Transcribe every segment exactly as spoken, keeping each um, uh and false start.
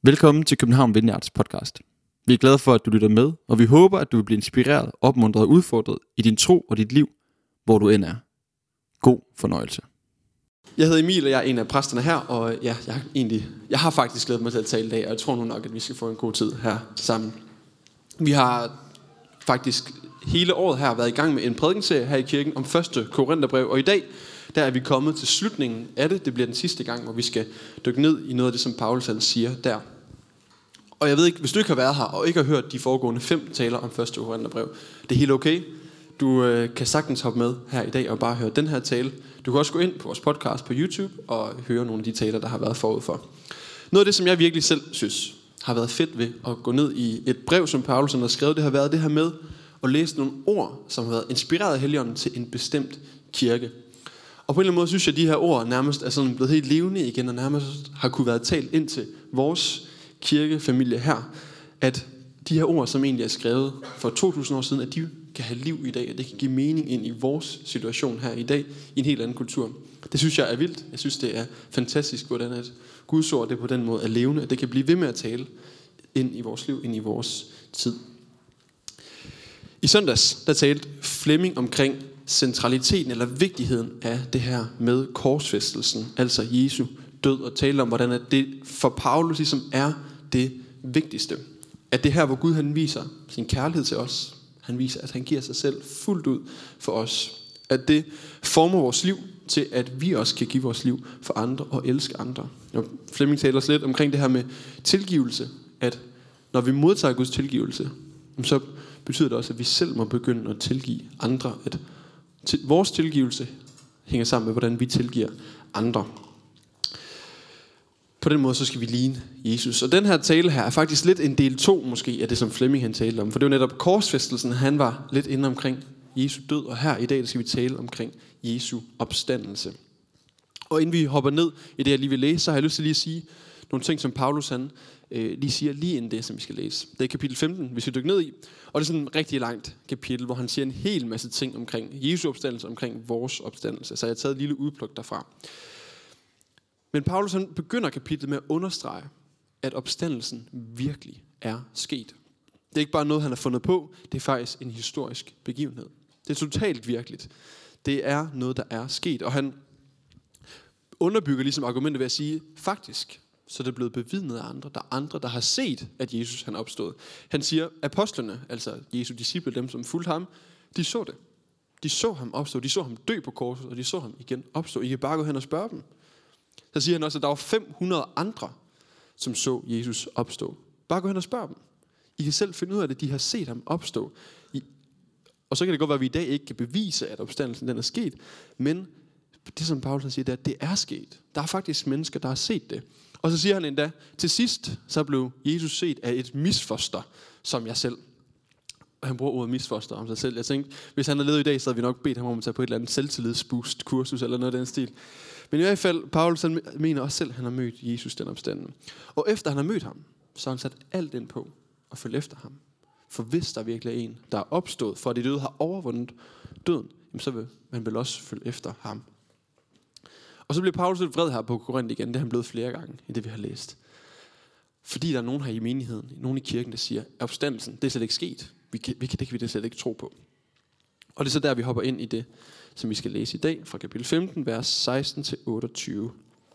Velkommen til København Vineyards podcast. Vi er glade for, at du lytter med, og vi håber, at du vil blive inspireret, opmuntret og udfordret i din tro og dit liv, hvor du end er. God fornøjelse. Jeg hedder Emil, og jeg er en af præsterne her, og ja, jeg, egentlig, jeg har faktisk glædet mig til at tale i dag, og jeg tror nu nok, at vi skal få en god tid her sammen. Vi har faktisk hele året her været i gang med en prædikenserie her i kirken om første Korintherbrev, og i dag der er vi kommet til slutningen af det. Det bliver den sidste gang, hvor vi skal dykke ned i noget af det, som Paulus han siger der. Og jeg ved ikke, hvis du ikke har været her og ikke har hørt de foregående fem taler om første Korintherbrev, det er helt okay. Du øh, kan sagtens hoppe med her i dag og bare høre den her tale. Du kan også gå ind på vores podcast på YouTube og høre nogle af de taler, der har været forud for. Noget af det, som jeg virkelig selv synes har været fedt ved at gå ned i et brev, som Paulus har skrevet, det har været det her med at læse nogle ord, som har været inspireret af Helligånden til en bestemt kirke. Og på en eller anden måde synes jeg, at de her ord nærmest er sådan blevet helt levende igen, og nærmest har kunne være talt ind til vores kirkefamilie her, at de her ord, som egentlig er skrevet for to tusind år siden, at de kan have liv i dag, at det kan give mening ind i vores situation her i dag, i en helt anden kultur. Det synes jeg er vildt. Jeg synes, det er fantastisk, hvordan et Guds ord det på den måde er levende, at det kan blive ved med at tale ind i vores liv, ind i vores tid. I søndags, der talte Flemming omkring centraliteten eller vigtigheden af det her med korsfæstelsen, altså Jesu død, og tale om, hvordan det for Paulus ligesom er det vigtigste. At det her, hvor Gud han viser sin kærlighed til os, han viser, at han giver sig selv fuldt ud for os. At det former vores liv til, at vi også kan give vores liv for andre og elske andre. Og Flemming taler os lidt omkring det her med tilgivelse, at når vi modtager Guds tilgivelse, så betyder det også, at vi selv må begynde at tilgive andre. At vores tilgivelse hænger sammen med, hvordan vi tilgiver andre. På den måde så skal vi ligne Jesus. Og den her tale her er faktisk lidt en del to måske af det, som Flemming han talte om. For det var netop korsfæstelsen, han var lidt inde omkring Jesu død. Og her i dag skal vi tale omkring Jesu opstandelse. Og inden vi hopper ned i det, jeg lige vil læse, så har jeg lyst til lige at sige nogle ting, som Paulus han øh, lige siger lige inden det, som vi skal læse. Det er kapitel femten, vi skal dykke ned i. Og det er sådan et rigtig langt kapitel, hvor han siger en hel masse ting omkring Jesu opstandelse, omkring vores opstandelse. Så jeg har taget et lille udpluk derfra. Men Paulus han begynder kapitlet med at understrege, at opstandelsen virkelig er sket. Det er ikke bare noget, han har fundet på, det er faktisk en historisk begivenhed. Det er totalt virkeligt. Det er noget, der er sket. Og han underbygger ligesom argumentet ved at sige, faktisk, så det er blevet bevidnet af andre. Der er andre, der har set, at Jesus han opstod. Han siger, apostlene, altså Jesu disciple, dem som fulgte ham, de så det. De så ham opstå, de så ham dø på korset, og de så ham igen opstå. I kan bare gå hen og spørge dem. Så siger han også, at der var fem hundrede andre, som så Jesus opstå. Bare gå hen og spørg dem. I kan selv finde ud af det, de har set ham opstå. I, og så kan det godt være, at vi i dag ikke kan bevise, at opstandelsen den er sket. Men det som Paulus siger, det er, at det er sket. Der er faktisk mennesker, der har set det. Og så siger han endda, til sidst så blev Jesus set af et misfoster, som jeg selv. Og han bruger ordet misfoster om sig selv. Jeg tænkte, hvis han havde levet i dag, så havde vi nok bedt ham om at tage på et eller andet selvtillidsboost kursus eller noget af den stil. Men i hvert fald, Paulus han mener også selv, at han har mødt Jesus den opstanden. Og efter han har mødt ham, så har han sat alt ind på at følge efter ham. For hvis der virkelig er en, der er opstået, for at de døde har overvundet døden, jamen så vil man vel også følge efter ham. Og så bliver Paulus lidt vred her på Korinth igen. Det er han blevet flere gange i det, vi har læst. Fordi der er nogen her i menigheden, nogen i kirken, der siger, at opstandelsen, det er slet ikke sket. Vi kan, vi kan, det kan vi det slet ikke tro på. Og det er så der, vi hopper ind i det, som vi skal læse i dag, fra kapitel femten, vers seksten til otteogtyve.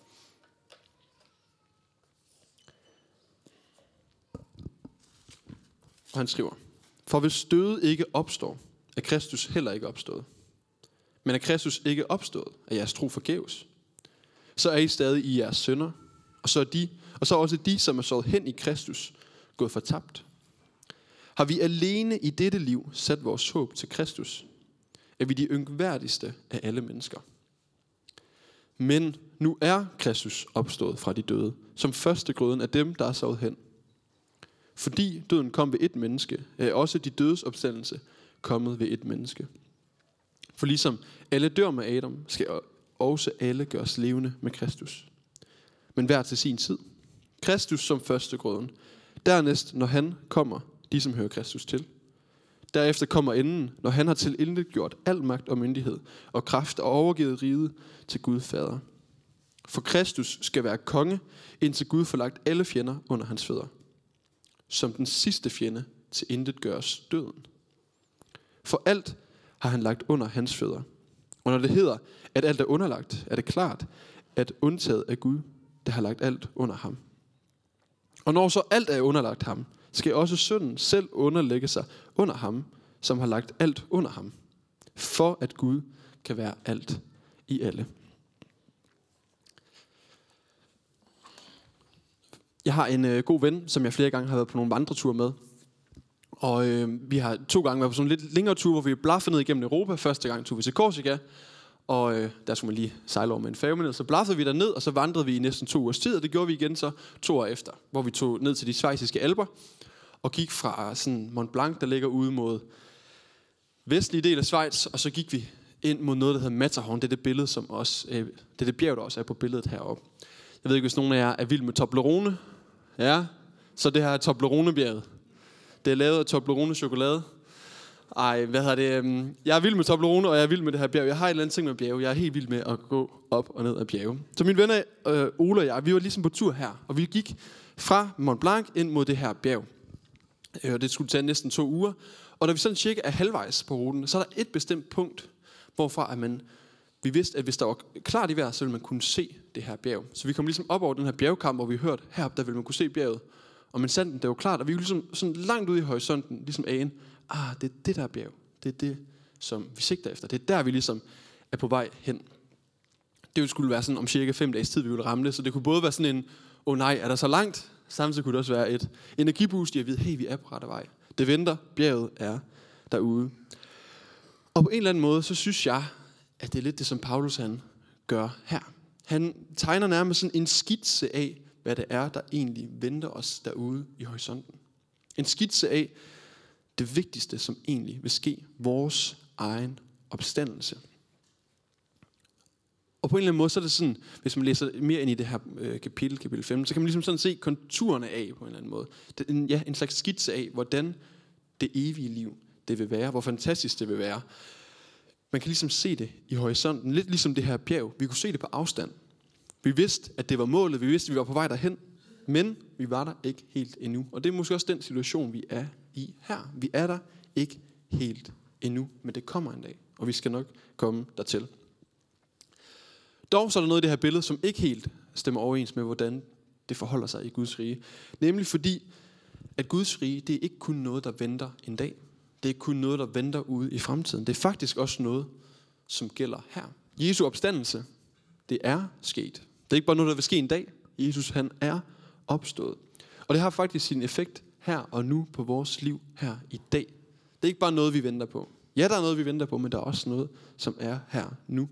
Og han skriver, for hvis døde ikke opstår, er Kristus heller ikke opstået. Men er Kristus ikke opstået, er jeres tro forgæves. Så er I stadig i jeres synder, og så er de, og så er også de, som er såret hen i Kristus, gået fortabt. Har vi alene i dette liv sat vores håb til Kristus, er vi de yngværdigste af alle mennesker. Men nu er Kristus opstået fra de døde, som førstegrøden af dem, der er såret hen. Fordi døden kom ved et menneske, er også de dødes opstandelse kommet ved et menneske. For ligesom alle dør med Adam, skal også alle gøres levende med Kristus. Men hver til sin tid. Kristus som førstegrøden. Dernæst, når han kommer, de som hører Kristus til. Derefter kommer enden, når han har tilintetgjort al magt og myndighed og kraft og overgivet riget til Gud Fader. For Kristus skal være konge, indtil Gud får lagt alle fjender under hans fødder. Som den sidste fjende til intet gøres døden. For alt har han lagt under hans fødder. Og når det hedder, at alt er underlagt, er det klart, at undtaget af Gud, der har lagt alt under ham. Og når så alt er underlagt ham, skal også synden selv underlægge sig under ham, som har lagt alt under ham. For at Gud kan være alt i alle. Jeg har en øh, god ven, som jeg flere gange har været på nogle vandreture med. Og øh, vi har to gange været på sådan en lidt længere tur, hvor vi blaffede ned igennem Europa. Første gang tog vi til Korsika, og øh, der skulle man lige sejle over med en færge. Så blaffede vi derned, og så vandrede vi i næsten to års tid, og det gjorde vi igen så to år efter. Hvor vi tog ned til de schweiziske alper, og gik fra sådan Mont Blanc, der ligger ude mod vestlige del af Schweiz, og så gik vi ind mod noget, der hedder Matterhorn. Det er det billede, som også, øh, det er det bjerg, der også er på billedet heroppe. Jeg ved ikke, hvis nogen af jer er vild med Toblerone. Ja, så det her er Toblerone-bjerget. Det er lavet af Toblerone-chokolade. Ej, hvad hedder det? Jeg er vild med Toblerone, og jeg er vild med det her bjerg. Jeg har et eller andet ting med bjerge. Jeg er helt vild med at gå op og ned ad bjerge. Så mine venner, øh, Ole og jeg, vi var ligesom på tur her. Og vi gik fra Mont Blanc ind mod det her bjerg. Og det skulle tage næsten to uger. Og da vi sådan cirka er halvvejs på ruten, så er der et bestemt punkt, hvorfra at man, vi vidste, at hvis der var klart i vejr, så ville man kunne se det her bjerg. Så vi kom ligesom op over den her bjergkamp, hvor vi hørte, heroppe der ville man kunne se bjerget. Og men sanden, det var klart, og vi var ligesom sådan langt ude i horisonten, ligesom agen, ah, det er det der bjerg. Det er det, som vi sigter efter. Det er der, vi ligesom er på vej hen. Det skulle være sådan om cirka fem dages tid, vi ville ramme det. Så det kunne både være sådan en, åh oh nej, er der så langt? Samtidig kunne det også være et energiboost i at vide, hey, vi er på rette vej. Det venter, bjerget er derude. Og på en eller anden måde, så synes jeg, at det er lidt det, som Paulus han gør her. Han tegner nærmest sådan en skitse af, hvad det er, der egentlig venter os derude i horisonten. En skitse af det vigtigste, som egentlig vil ske, vores egen opstandelse. Og på en eller anden måde, så er det sådan, hvis man læser mere ind i det her øh, kapitel, kapitel fem, så kan man ligesom sådan se konturerne af på en eller anden måde. Det, en, ja, en slags skitse af, hvordan det evige liv, det vil være, hvor fantastisk det vil være. Man kan ligesom se det i horisonten, lidt ligesom det her bjerg. Vi kunne se det på afstand. Vi vidste, at det var målet, vi vidste, at vi var på vej derhen, men vi var der ikke helt endnu. Og det er måske også den situation, vi er i her. Vi er der ikke helt endnu, men det kommer en dag, og vi skal nok komme dertil. Dog så er der noget i det her billede, som ikke helt stemmer overens med, hvordan det forholder sig i Guds rige. Nemlig fordi, at Guds rige, det er ikke kun noget, der venter en dag. Det er ikke kun noget, der venter ude i fremtiden. Det er faktisk også noget, som gælder her. Jesu opstandelse, det er sket. Det er ikke bare noget, der vil ske en dag. Jesus, han er opstået. Og det har faktisk sin effekt her og nu på vores liv her i dag. Det er ikke bare noget, vi venter på. Ja, der er noget, vi venter på, men der er også noget, som er her nu.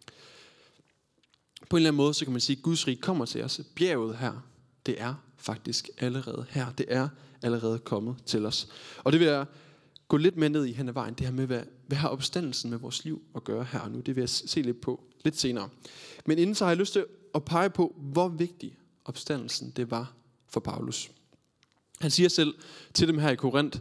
På en eller anden måde, så kan man sige, at Guds rige kommer til os. Bjerget her, det er faktisk allerede her. Det er allerede kommet til os. Og det vil jeg gå lidt mere ned i hen ad vejen. Det her med, hvad, hvad har opstandelsen med vores liv at gøre her og nu? Det vil jeg se lidt på lidt senere. Men inden så har jeg lyst til at pege på, hvor vigtig opstandelsen det var for Paulus. Han siger selv til dem her i Korinth,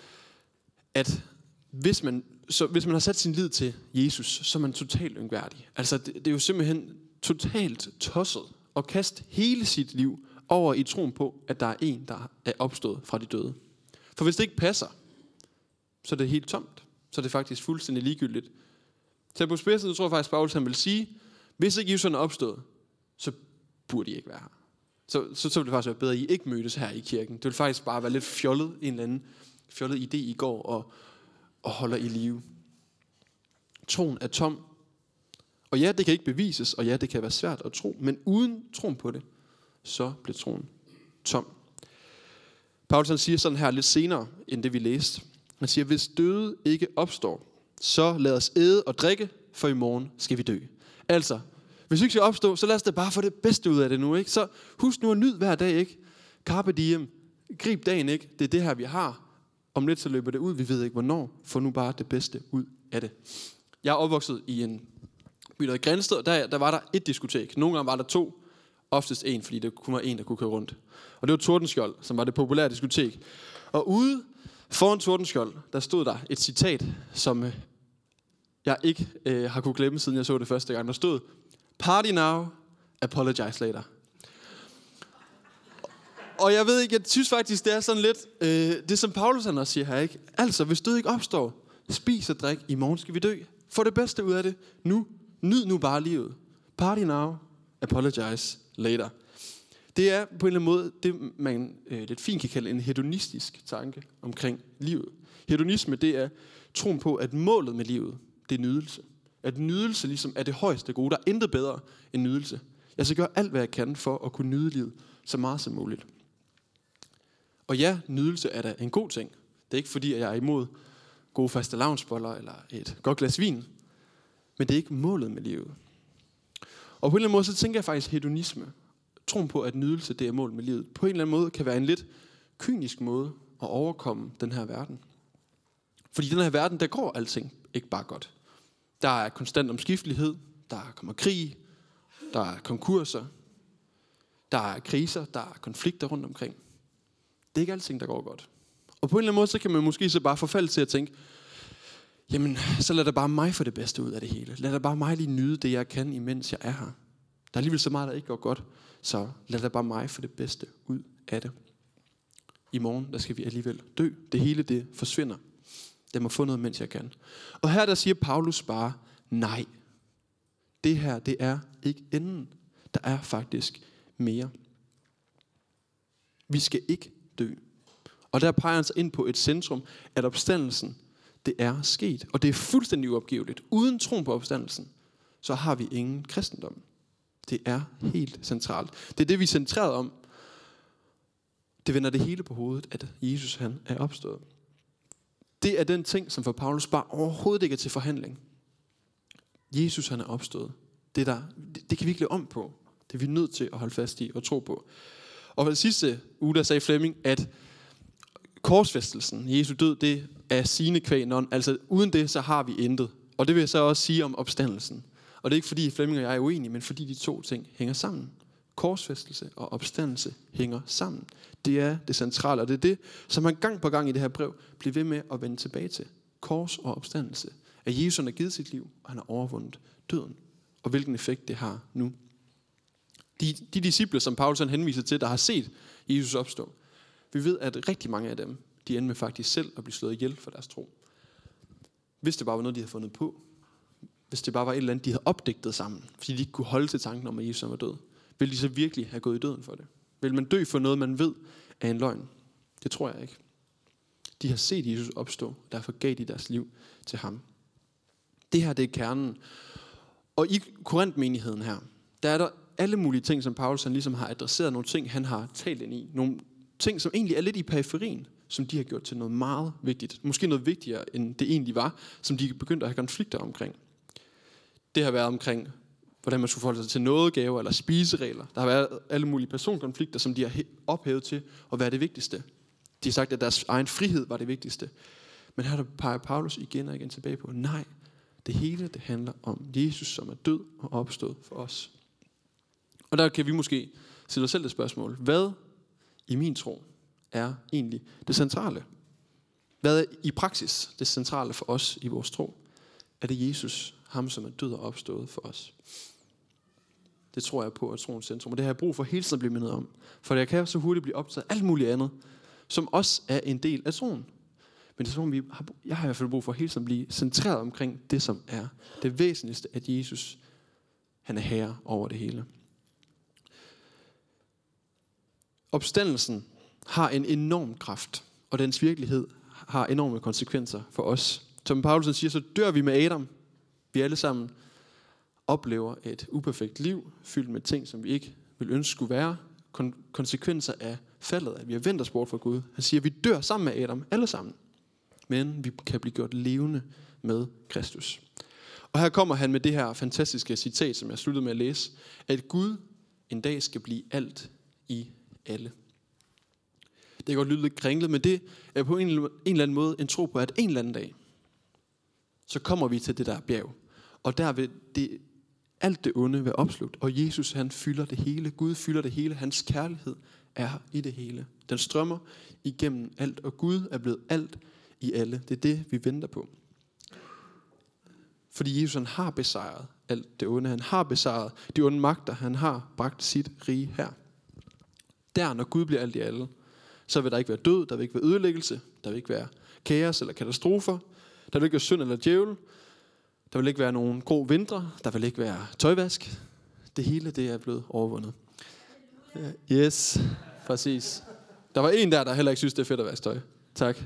at hvis man, så hvis man har sat sin lid til Jesus, så er man totalt yngværdig. Altså det, det er jo simpelthen totalt tosset at kaste hele sit liv over i troen på, at der er en, der er opstået fra de døde. For hvis det ikke passer, så er det helt tomt. Så er det faktisk fuldstændig ligegyldigt. Så på spidsen, tror jeg faktisk, Paulus han vil sige, hvis ikke Jesus er opstået, så burde I ikke være her. Så, så, så ville det faktisk være bedre, at I ikke mødtes her i kirken. Det ville faktisk bare være lidt fjollet, en eller anden fjollet idé, I går og, og holder i live. Troen er tom. Og ja, det kan ikke bevises, og ja, det kan være svært at tro. Men uden troen på det, så bliver troen tom. Paulus han siger sådan her lidt senere, end det vi læste. Han siger, hvis døde ikke opstår, så lad os æde og drikke, for i morgen skal vi dø. Altså, hvis vi ikke skal opstå, så lad os da bare få det bedste ud af det nu, ikke? Så husk nu at nyde hver dag, ikke? Carpe diem. Grib dagen, ikke? Det er det her, vi har. Om lidt så løber det ud, vi ved ikke hvornår. Få nu bare det bedste ud af det. Jeg er opvokset i en by, der i Grænsted, og der, der var der et diskotek. Nogle gange var der to, oftest en, fordi det kun var en, der kunne køre rundt. Og det var Tordenskjold, som var det populære diskotek. Og ude foran Tordenskjold, der stod der et citat, som jeg ikke øh, har kunne glemme, siden jeg så det første gang. Der stod, party now, apologize later. Og jeg ved ikke, jeg synes faktisk, det er sådan lidt, øh, det som Paulus han også siger her, ikke? Altså, hvis død ikke opstår, spis og drik, i morgen skal vi dø. Få det bedste ud af det nu. Nyd nu bare livet. Party now, apologize later. Det er på en eller anden måde, det man øh, lidt fint kan kalde en hedonistisk tanke omkring livet. Hedonisme, det er troen på, at målet med livet, det er nydelse. At nydelse ligesom er det højeste gode. Der er intet bedre end nydelse. Jeg skal gøre alt, hvad jeg kan for at kunne nyde livet så meget som muligt. Og ja, nydelse er da en god ting. Det er ikke fordi, at jeg er imod gode fastelavnsboller eller et godt glas vin. Men det er ikke målet med livet. Og på en eller anden måde, så tænker jeg faktisk hedonisme. Troen på, at nydelse, det er målet med livet. På en eller anden måde kan være en lidt kynisk måde at overkomme den her verden. Fordi i den her verden, der går alting ikke bare godt. Der er konstant omskiftelighed. Der kommer krig. Der er konkurser. Der er kriser. Der er konflikter rundt omkring. Det er ikke alting, der går godt. Og på en eller anden måde, så kan man måske så bare forfalde til at tænke, jamen, så lad da bare mig få det bedste ud af det hele. Lad da bare mig lige nyde det, jeg kan, imens jeg er her. Der er alligevel så meget, der ikke går godt, så lad da bare mig få det bedste ud af det. I morgen, der skal vi alligevel dø. Det hele, det forsvinder. Jeg må få noget, mens jeg kan. Og her, der siger Paulus bare, nej. Det her, det er ikke enden. Der er faktisk mere. Vi skal ikke dø. Og der peger han sig ind på et centrum, at opstandelsen, det er sket. Og det er fuldstændig uopgiveligt. Uden troen på opstandelsen, så har vi ingen kristendom. Det er helt centralt. Det er det, vi er centreret om. Det vender det hele på hovedet, at Jesus han er opstået. Det er den ting, som for Paulus bare overhovedet ikke er til forhandling. Jesus han er opstået. Det, der, det, det kan vi ikke lave om på. Det er vi nødt til at holde fast i og tro på. Og for det sidste uge, der sagde Flemming, at korsfæstelsen, Jesu død, det er sine kvæg. Altså uden det, så har vi intet. Og det vil jeg så også sige om opstandelsen. Og det er ikke fordi Flemming og jeg er uenige, men fordi de to ting hænger sammen. Korsfæstelse og opstandelse hænger sammen. Det er det centrale, og det er det, som han gang på gang i det her brev bliver ved med at vende tilbage til. Kors og opstandelse. At Jesus har givet sit liv, og han har overvundet døden. Og hvilken effekt det har nu. De, de disciple, som Paulus henviser til, der har set Jesus opstå, vi ved, at rigtig mange af dem, de ender med faktisk selv at blive slået ihjel for deres tro. Hvis det bare var noget, de havde fundet på. Hvis det bare var et eller andet, de havde opdigtet sammen, fordi de ikke kunne holde til tanken om, at Jesus var død. Vil de så virkelig have gået i døden for det? Vil man dø for noget, man ved er en løgn? Det tror jeg ikke. De har set Jesus opstå, og derfor gav de deres liv til ham. Det her, det er kernen. Og i Korinth-menigheden her, der er der alle mulige ting, som Paulus han ligesom har adresseret, nogle ting, han har talt ind i. Nogle ting, som egentlig er lidt i periferien, som de har gjort til noget meget vigtigt. Måske noget vigtigere, end det egentlig var, som de begyndte at have konflikter omkring. Det har været omkring, hvordan man skulle forholde sig til nådegaver eller spiseregler. Der har været alle mulige personkonflikter, som de har ophævet til at være det vigtigste. De har sagt, at deres egen frihed var det vigtigste. Men her der peger Paulus igen og igen tilbage på, nej, det hele det handler om Jesus, som er død og opstået for os. Og der kan vi måske stille os selv det spørgsmål. Hvad i min tro er egentlig det centrale? Hvad er i praksis det centrale for os i vores tro? Er det Jesus, ham som er død og opstået for os? Det tror jeg på at troens centrum. Og det har jeg brug for hele tiden at blive mindet om. For jeg kan så hurtigt blive optaget af alt muligt andet, som også er en del af troen. Men det er sådan, vi har, jeg har i hvert fald brug for hele tiden at blive centreret omkring det, som er det væsentligste, at Jesus, han er herre over det hele. Opstandelsen har en enorm kraft, og dens virkelighed har enorme konsekvenser for os. Som Paulus siger, så dør vi med Adam. Vi alle sammen oplever et uperfekt liv, fyldt med ting, som vi ikke vil ønske skulle være. Kon- konsekvenser af faldet, at vi har vendt os bort fra Gud. Han siger, at vi dør sammen med Adam, alle sammen. Men vi kan blive gjort levende med Kristus. Og her kommer han med det her fantastiske citat, som jeg sluttede med at læse, at Gud en dag skal blive alt i alle. Det kan godt lyde lidt kringlet, men det er på en, en eller anden måde en tro på, at en eller anden dag, så kommer vi til det der bjerg. Og der vil det, alt det onde være opslugt. Og Jesus, han fylder det hele. Gud fylder det hele. Hans kærlighed er i det hele. Den strømmer igennem alt. Og Gud er blevet alt i alle. Det er det, vi venter på. Fordi Jesus, han har besejret alt det onde. Han har besejret de onde magter. Han har bragt sit rige her. Der, når Gud bliver alt i alle, så vil der ikke være død, der vil ikke være ødelæggelse, der vil ikke være kaos eller katastrofer, der vil ikke være synd eller djævel, der vil ikke være nogen grå vintre, der vil ikke være tøjvask. Det hele, det er blevet overvundet. Yes, præcis. Der var en der, der heller ikke synes, det er fedt at vaske tøj. Tak.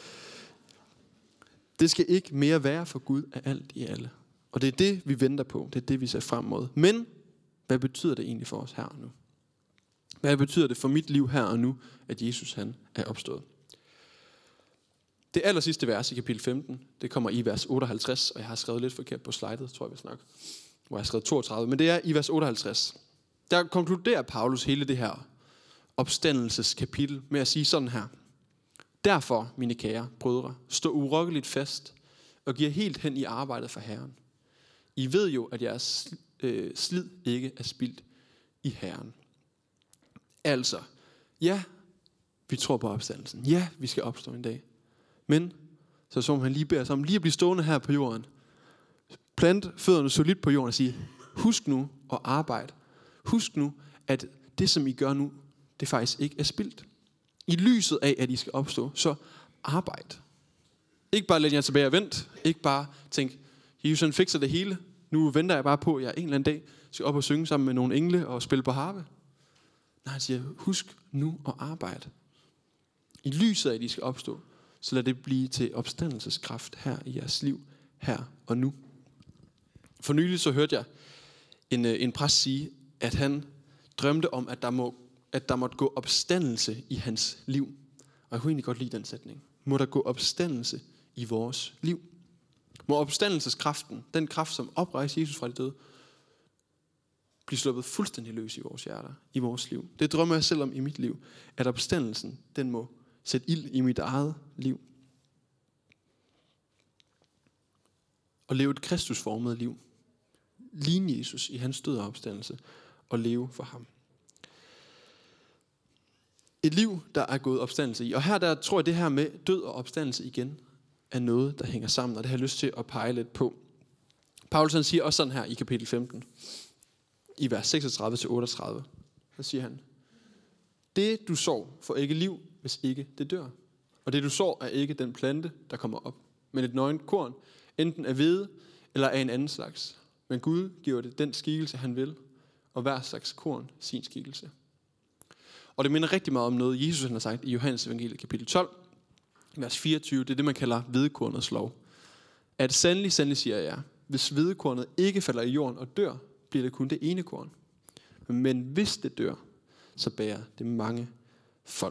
Det skal ikke mere være for Gud af alt i alle. Og det er det, vi venter på. Det er det, vi ser frem mod. Men hvad betyder det egentlig for os her og nu? Hvad betyder det for mit liv her og nu, at Jesus han er opstået? Det aller sidste vers i kapitel femten, det kommer i vers otteoghalvtreds, og jeg har skrevet lidt forkert på slidet, tror jeg vist nok, hvor jeg har skrevet toogtredive, men det er i vers otteoghalvtreds. Der konkluderer Paulus hele det her opstandelseskapitel med at sige sådan her. Derfor, mine kære brødre, stå urokkeligt fast og giv helt hen i arbejdet for Herren. I ved jo, at jeres øh, slid ikke er spildt i Herren. Altså, ja, vi tror på opstandelsen. Ja, vi skal opstå en dag. Men, så som han lige beder os om, lige at blive stående her på jorden. Plant fødderne solidt på jorden og sige, husk nu at arbejde. Husk nu, at det som I gør nu, det faktisk ikke er spildt. I lyset af, at I skal opstå, så arbejde. Ikke bare læn jer tilbage og vent. Ikke bare tænk, Jesus han fikser det hele. Nu venter jeg bare på, at jeg en eller anden dag skal op og synge sammen med nogle engle og spille på harpe. Nej, han siger, husk nu at arbejde. I lyset af, at I skal opstå, så lad det blive til opstandelseskraft her i jeres liv, her og nu. For nylig så hørte jeg en, en præst sige, at han drømte om, at der, må, at der måtte gå opstandelse i hans liv. Og jeg kunne egentlig godt lide den sætning. Må der gå opstandelse i vores liv? Må opstandelseskraften, den kraft, som oprejser Jesus fra de døde, blive sluppet fuldstændig løs i vores hjerter, i vores liv. Det drømmer jeg selv om i mit liv, at opstandelsen, den må sætte ild i mit eget liv. Og leve et kristusformet liv. Ligne Jesus i hans død og opstandelse. Og leve for ham. Et liv, der er gået opstandelse i. Og her der tror jeg, det her med død og opstandelse igen, er noget, der hænger sammen. Og det har jeg lyst til at pege lidt på. Paulus han siger også sådan her i kapitel femten. I vers seksogtredive til otteogtredive. Så siger han. Det du sår får ikke liv, hvis ikke det dør. Og det du sår er ikke den plante, der kommer op. Men et nøgent korn, enten af hvede eller af en anden slags. Men Gud giver det den skikkelse, han vil. Og hver slags korn sin skikkelse. Og det minder rigtig meget om noget, Jesus han har sagt i Johannes evangeliet kapitel tolv, vers fireogtyve. Det er det, man kalder hvedekornets lov. At sandelig, sandelig siger jeg, hvis hvedekornet ikke falder i jorden og dør, bliver det kun det ene korn. Men hvis det dør, så bærer det mange fold.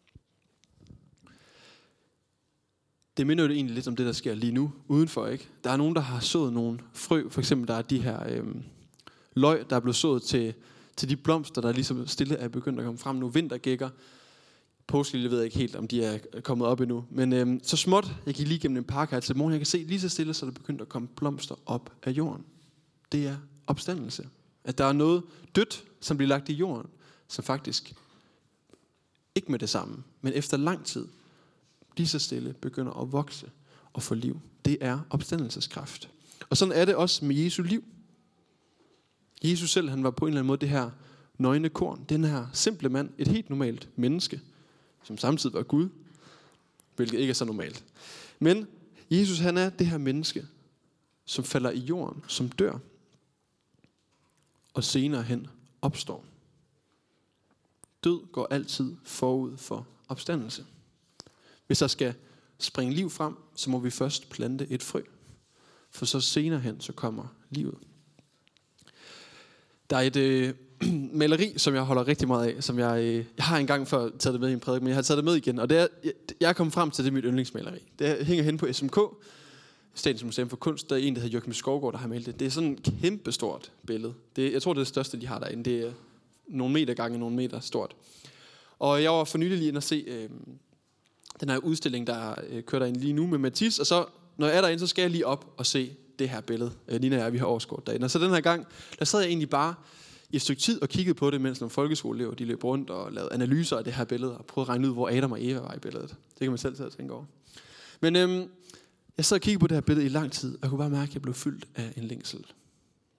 Det minder jo egentlig lidt om det, der sker lige nu udenfor, ikke? Der er nogen, der har sået nogle frø. For eksempel der er de her øhm, løg, der er blevet sået til, til de blomster, der ligesom stille er begyndt at komme frem nu. Vintergækker. Påskelilje ved jeg ikke helt, om de er kommet op endnu. Men øhm, så småt, jeg gik lige gennem en park her til morgen, jeg kan se lige så stille, så der begyndt at komme blomster op af jorden. Det er opstandelse. At der er noget dødt, som bliver lagt i jorden, som faktisk ikke med det samme, men efter lang tid, lige så stille begynder at vokse og få liv. Det er opstandelseskraft. Og sådan er det også med Jesu liv. Jesus selv, han var på en eller anden måde det her nøgne korn. Den her simple mand, et helt normalt menneske, som samtidig var Gud, hvilket ikke er så normalt. Men Jesus, han er det her menneske, som falder i jorden, som dør, og senere hen opstår. Død går altid forud for opstandelse. Hvis der skal springe liv frem, så må vi først plante et frø. For så senere hen, så kommer livet. Der er et øh, maleri, som jeg holder rigtig meget af, som jeg, øh, jeg har engang før taget det med i en prædik, men jeg har taget det med igen. Og det er, jeg, jeg er kommet frem til, det er mit yndlingsmaleri. Det hænger hen på S M K, Statens Museum for Kunst. Der er en, der hedder Joachim Skovgaard, der har malet det. Det er sådan et kæmpestort billede. Det, jeg tror, det er det største, de har derinde. Det er nogle meter gange nogle meter stort. Og jeg var for nylig lige inde og se øh, den her udstilling, der øh, kører derinde lige nu med Mathias. Og så, når jeg er derinde, så skal jeg lige op og se det her billede. Øh, Nina og jeg, vi har overskåret derinde. Og så den her gang, der sad jeg egentlig bare i et stykke tid og kiggede på det, mens nogle folkeskoleelever, de løb rundt og lavede analyser af det her billede, og prøvede at regne ud, hvor Adam og Eva var i billedet. Det kan man selv tage at tænke over. Men øhm, jeg sad og kiggede på det her billede i lang tid, og jeg kunne bare mærke, at jeg blev fyldt af en længsel.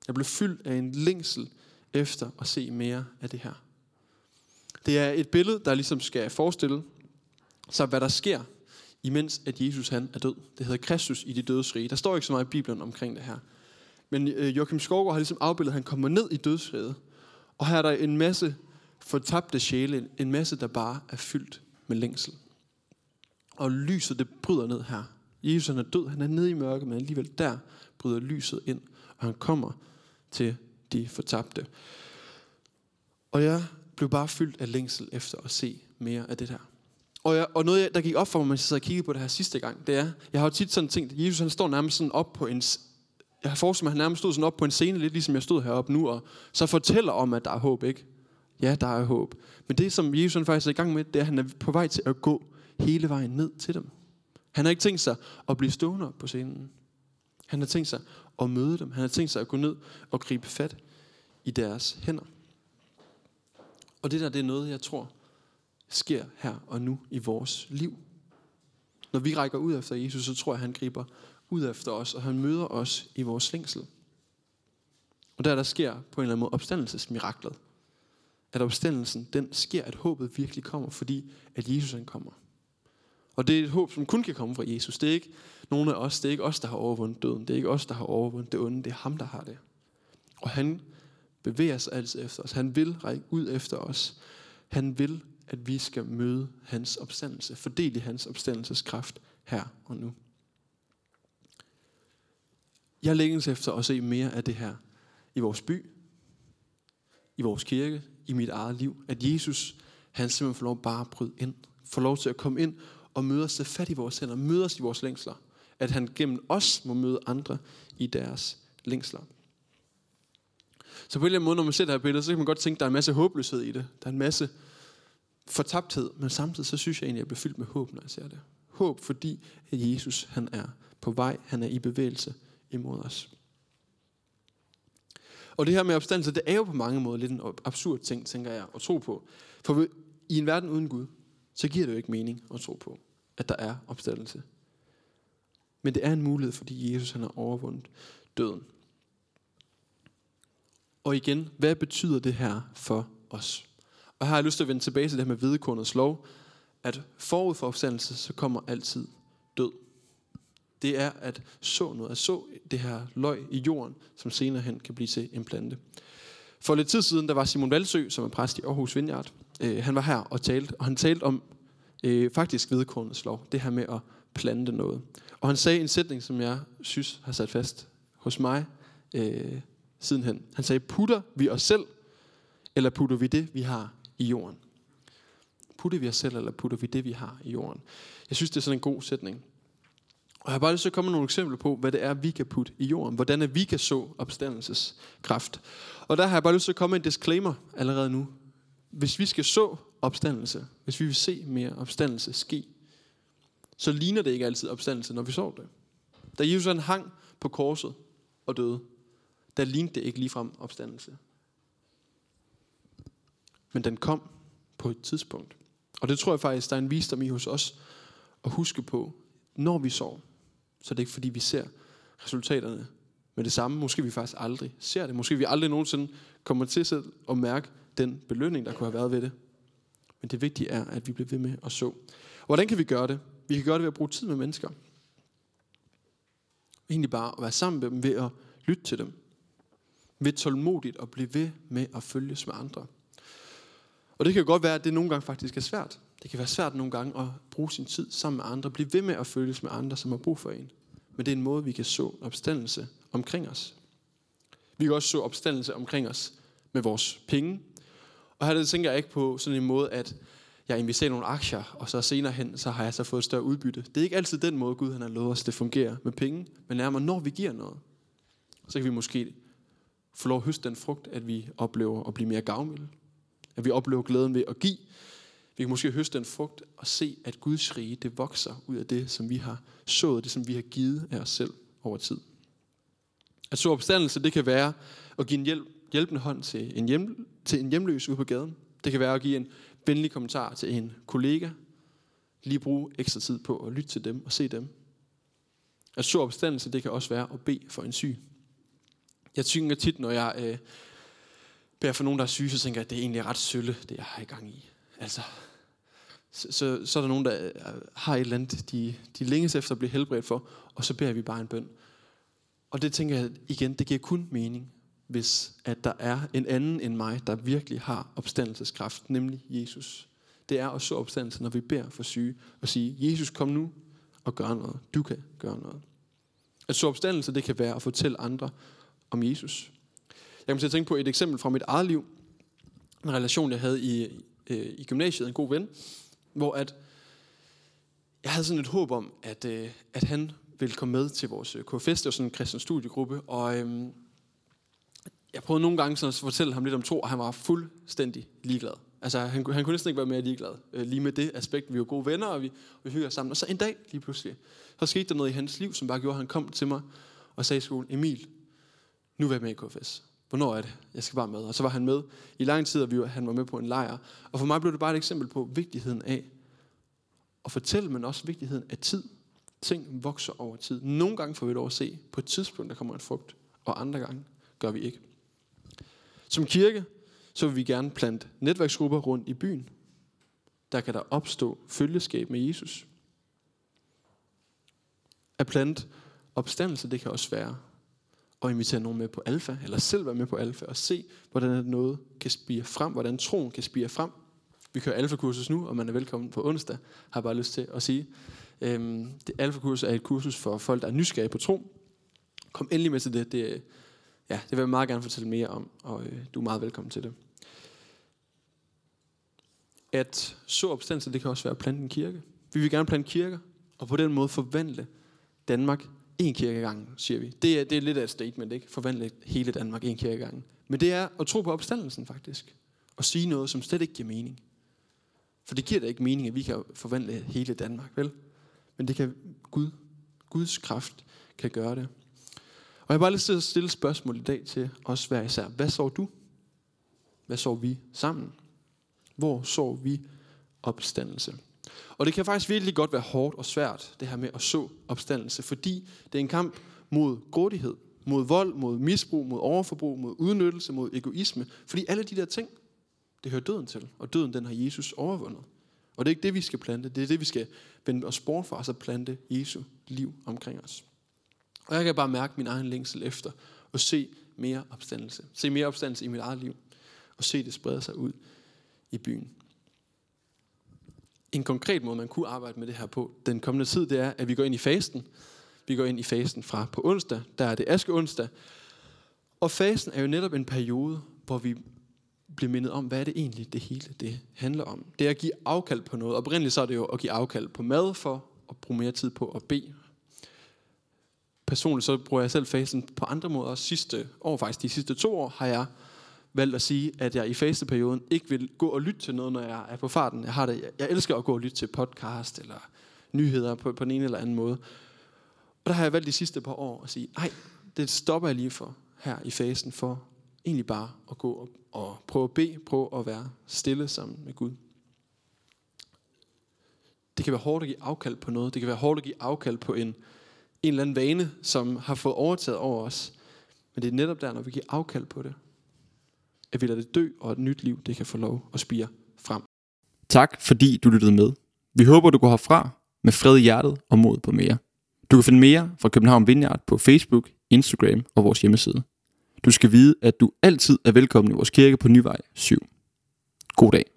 Jeg blev fyldt af en længsel efter at se mere af det her. Det er et billede, der ligesom skal forestille sig, hvad der sker, imens at Jesus han er død. Det hedder Kristus i de dødes rige. Der står ikke så meget i Bibelen omkring det her. Men øh, Joachim Skovgaard har ligesom afbildet, at han kommer ned i dødsriget. Og her er der en masse fortabte sjæle, en masse, der bare er fyldt med længsel. Og lyset, det bryder ned her. Jesus han er død, han er nede i mørket, men alligevel der bryder lyset ind, og han kommer til de fortabte. Og jeg blev bare fyldt af længsel efter at se mere af det her. Og, jeg, og noget, der gik op for mig, mens jeg sad og kiggede på det her sidste gang, det er, jeg har jo tit sådan tænkt, at Jesus han står nærmest sådan op på en, jeg har forestillet mig, at han nærmest stod sådan op på en scene, lidt ligesom jeg stod heroppe nu, og så fortæller om, at der er håb, ikke? Ja, der er håb. Men det, som Jesus han faktisk er i gang med, det er, at han er på vej til at gå hele vejen ned til dem. Han har ikke tænkt sig at blive stående op på scenen. Han har tænkt sig at møde dem. Han har tænkt sig at gå ned og gribe fat i deres hænder. Og det der, det er noget, jeg tror, sker her og nu i vores liv. Når vi rækker ud efter Jesus, så tror jeg, han griber ud efter os, og han møder os i vores længsel. Og der, der sker på en eller anden måde opstandelsesmiraklet. At opstandelsen, den sker, at håbet virkelig kommer, fordi at Jesus han kommer. Og det er et håb, som kun kan komme fra Jesus. Det er ikke nogen af os, det er ikke os, der har overvundet døden. Det er ikke os, der har overvundet det onde. Det er ham, der har det. Og han bevæger sig altid efter os. Han vil række ud efter os. Han vil, at vi skal møde hans opstandelse. Fordele hans opstandelseskraft her og nu. Jeg længes efter at se mere af det her i vores by, i vores kirke, i mit eget liv. At Jesus, han simpelthen får lov bare at bryde ind. Får lov til at komme ind og møde os, tage fat i vores hænder, møde os i vores længsler. At han gennem os må møde andre i deres længsler. Så på en eller anden måde, når man ser det her billede, så kan man godt tænke, at der er en masse håbløshed i det. Der er en masse fortabthed, men samtidig så synes jeg egentlig, at jeg bliver fyldt med håb, når jeg ser det. Håb, fordi at Jesus han er på vej, han er i bevægelse imod os. Og det her med opstandelse, det er jo på mange måder lidt en absurd ting, tænker jeg, at tro på. For i en verden uden Gud, så giver det jo ikke mening at tro på, at der er opstandelse. Men det er en mulighed, fordi Jesus han har overvundet døden. Og igen, hvad betyder det her for os? Og her har jeg lyst til at vende tilbage til det her med hvedekornets lov, at forud for opstandelse, så kommer altid død. Det er at så noget, at så det her løg i jorden, som senere hen kan blive til en plante. For lidt tid siden, der var Simon Valsø, som er præst i Aarhus Vineyard. Øh, han var her og talte, og han talte om øh, faktisk hvedekornets lov. Det her med at plante noget. Og han sagde en sætning, som jeg synes har sat fast hos mig øh, sidenhen. Han sagde, putter vi os selv, eller putter vi det, vi har i jorden? Putter vi os selv, eller putter vi det, vi har i jorden? Jeg synes, det er sådan en god sætning. Og jeg har bare lyst til at komme med nogle eksempler på, hvad det er, vi kan putte i jorden. Hvordan er vi kan så opstandelseskraft. Og der har jeg bare lyst til at komme med en disclaimer allerede nu. Hvis vi skal så opstandelse, hvis vi vil se mere opstandelse ske, så ligner det ikke altid opstandelse, når vi så det. Da Jesus han hang på korset og døde, der lignede det ikke ligefrem opstandelse. Men den kom på et tidspunkt. Og det tror jeg faktisk, der er en visdom i hos os at huske på, når vi sover, så er det ikke fordi vi ser resultaterne med det samme. Måske vi faktisk aldrig ser det. Måske vi aldrig nogensinde kommer til selv at mærke den belønning, der kunne have været ved det. Men det vigtige er, at vi bliver ved med at så. Og hvordan kan vi gøre det? Vi kan gøre det ved at bruge tid med mennesker. Egentlig bare at være sammen med dem ved at lytte til dem. Ved tålmodigt at blive ved med at følges med andre. Og det kan jo godt være, at det nogle gange faktisk er svært. Det kan være svært nogle gange at bruge sin tid sammen med andre. Blive ved med at følges med andre, som har brug for en. Men det er en måde, vi kan så opstandelse omkring os. Vi kan også så opstandelse omkring os med vores penge. Og her tænker jeg ikke på sådan en måde, at jeg investerer nogle aktier, og så senere hen, så har jeg så fået et større udbytte. Det er ikke altid den måde, Gud han har lovet os, det fungerer med penge. Men nærmere, når vi giver noget, så kan vi måske få lov at høste den frugt, at vi oplever at blive mere gavmilde. At vi oplever glæden ved at give. Vi kan måske høste den frugt og se, at Guds rige, det vokser ud af det, som vi har sået, det som vi har givet af os selv over tid. At så opstandelse, det kan være at give en hjælp, hjælpende hånd til en, hjem, til en hjemløs ude på gaden. Det kan være at give en venlig kommentar til en kollega. Lige bruge ekstra tid på at lytte til dem og se dem. At så opstandelse, det kan også være at bede for en syg. Jeg tænker tit, når jeg øh, beder for nogen, der er syge, så tænker jeg, at det er egentlig ret sølle, det jeg har i gang i. Altså, så, så, så er der nogen, der har et eller andet, de, de længes efter at blive helbredt for, og så beder vi bare en bøn. Og det tænker jeg igen, det giver kun mening, hvis at der er en anden end mig, der virkelig har opstandelseskraft, nemlig Jesus. Det er at så opstandelse, når vi beder for syge, og sige, Jesus, kom nu og gør noget. Du kan gøre noget. At så opstandelse, det kan være at fortælle andre om Jesus. Jeg kommer til at tænke på et eksempel fra mit eget liv. En relation, jeg havde i, øh, i gymnasiet, en god ven, hvor at jeg havde sådan et håb om, at, øh, at han ville komme med til vores K F S, det var sådan en kristen studiegruppe, og øh, jeg prøvede nogle gange sådan at fortælle ham lidt om tro, og han var fuldstændig ligeglad. Altså, han, han kunne næsten ikke være mere ligeglad. Øh, lige med det aspekt, vi var gode venner, og vi, og vi hygger sammen. Og så en dag, lige pludselig, så skete der noget i hans liv, som bare gjorde, at han kom til mig og sagde i skolen, Emil, nu vil jeg med i K F S. Hvornår er det? Jeg skal bare med. Og så var han med i lang tid, og vi var, han var med på en lejr. Og for mig blev det bare et eksempel på vigtigheden af at fortælle, men også vigtigheden af tid. Ting vokser over tid. Nogle gange får vi lov at se, på et tidspunkt, der kommer en frugt, og andre gange gør vi ikke. Som kirke, så vil vi gerne plante netværksgrupper rundt i byen. Der kan der opstå følgeskab med Jesus. At plante opstandelse, det kan også være at invitere nogen med på alfa, eller selv være med på alfa, og se, hvordan noget kan spire frem, hvordan troen kan spire frem. Vi kører alfa-kursus nu, og man er velkommen på onsdag, har jeg bare lyst til at sige. Øhm, det alfa-kursus er et kursus for folk, der er nysgerrige på tro. Kom endelig med til det. Det, ja, det vil jeg meget gerne fortælle mere om, og øh, du er meget velkommen til det. At så opstandelse, det kan også være at plante en kirke. Vi vil gerne plante kirker, og på den måde forvandle Danmark en kirke ad gangen, siger vi. Det er, det er lidt af et statement, ikke? Forvandle hele Danmark en kirke ad gangen. Men det er at tro på opstandelsen faktisk. Og sige noget, som slet ikke giver mening. For det giver da ikke mening, at vi kan forvandle hele Danmark, vel? Men det kan Gud, Guds kraft kan gøre det. Og jeg har bare lyst til at stille spørgsmål i dag til os hver især. Hvad så du? Hvad så vi sammen? Hvor så vi opstandelse? Og det kan faktisk virkelig godt være hårdt og svært, det her med at så opstandelse, fordi det er en kamp mod grådighed, mod vold, mod misbrug, mod overforbrug, mod udnyttelse, mod egoisme. Fordi alle de der ting, det hører døden til, og døden den har Jesus overvundet. Og det er ikke det, vi skal plante, det er det, vi skal vende os bort for, altså plante Jesu liv omkring os. Og jeg kan bare mærke min egen længsel efter at se mere opstandelse. Se mere opstandelse i mit eget liv, og se det sprede sig ud i byen. En konkret måde, man kunne arbejde med det her på den kommende tid, det er, at vi går ind i fasten. Vi går ind i fasten fra på onsdag, der er det askeonsdag. Og fasten er jo netop en periode, hvor vi bliver mindet om, hvad er det egentlig, det hele det handler om. Det er at give afkald på noget. Oprindeligt så er det jo at give afkald på mad for at bruge mere tid på at bede. Personligt så bruger jeg selv fasten på andre måder. Sidste år, faktisk de sidste to år, har jeg valgt at sige, at jeg i fasteperioden ikke vil gå og lytte til noget, når jeg er på farten. Jeg, har det, jeg elsker at gå og lytte til podcast eller nyheder på, på en eller anden måde. Og der har jeg valgt de sidste par år at sige, nej, det stopper jeg lige for her i fasten, for egentlig bare at gå og, og prøve at bede, prøve at være stille sammen med Gud. Det kan være hårdt at give afkald på noget. Det kan være hårdt at give afkald på en, en eller anden vane, som har fået overtaget over os. Men det er netop der, når vi giver afkald på det, at vi lader det dø, og et nyt liv, det kan få lov at spire frem. Tak fordi du lyttede med. Vi håber, du går herfra med fred i hjertet og mod på mere. Du kan finde mere fra København Vineyard på Facebook, Instagram og vores hjemmeside. Du skal vide, at du altid er velkommen i vores kirke på Nyvej syv. God dag.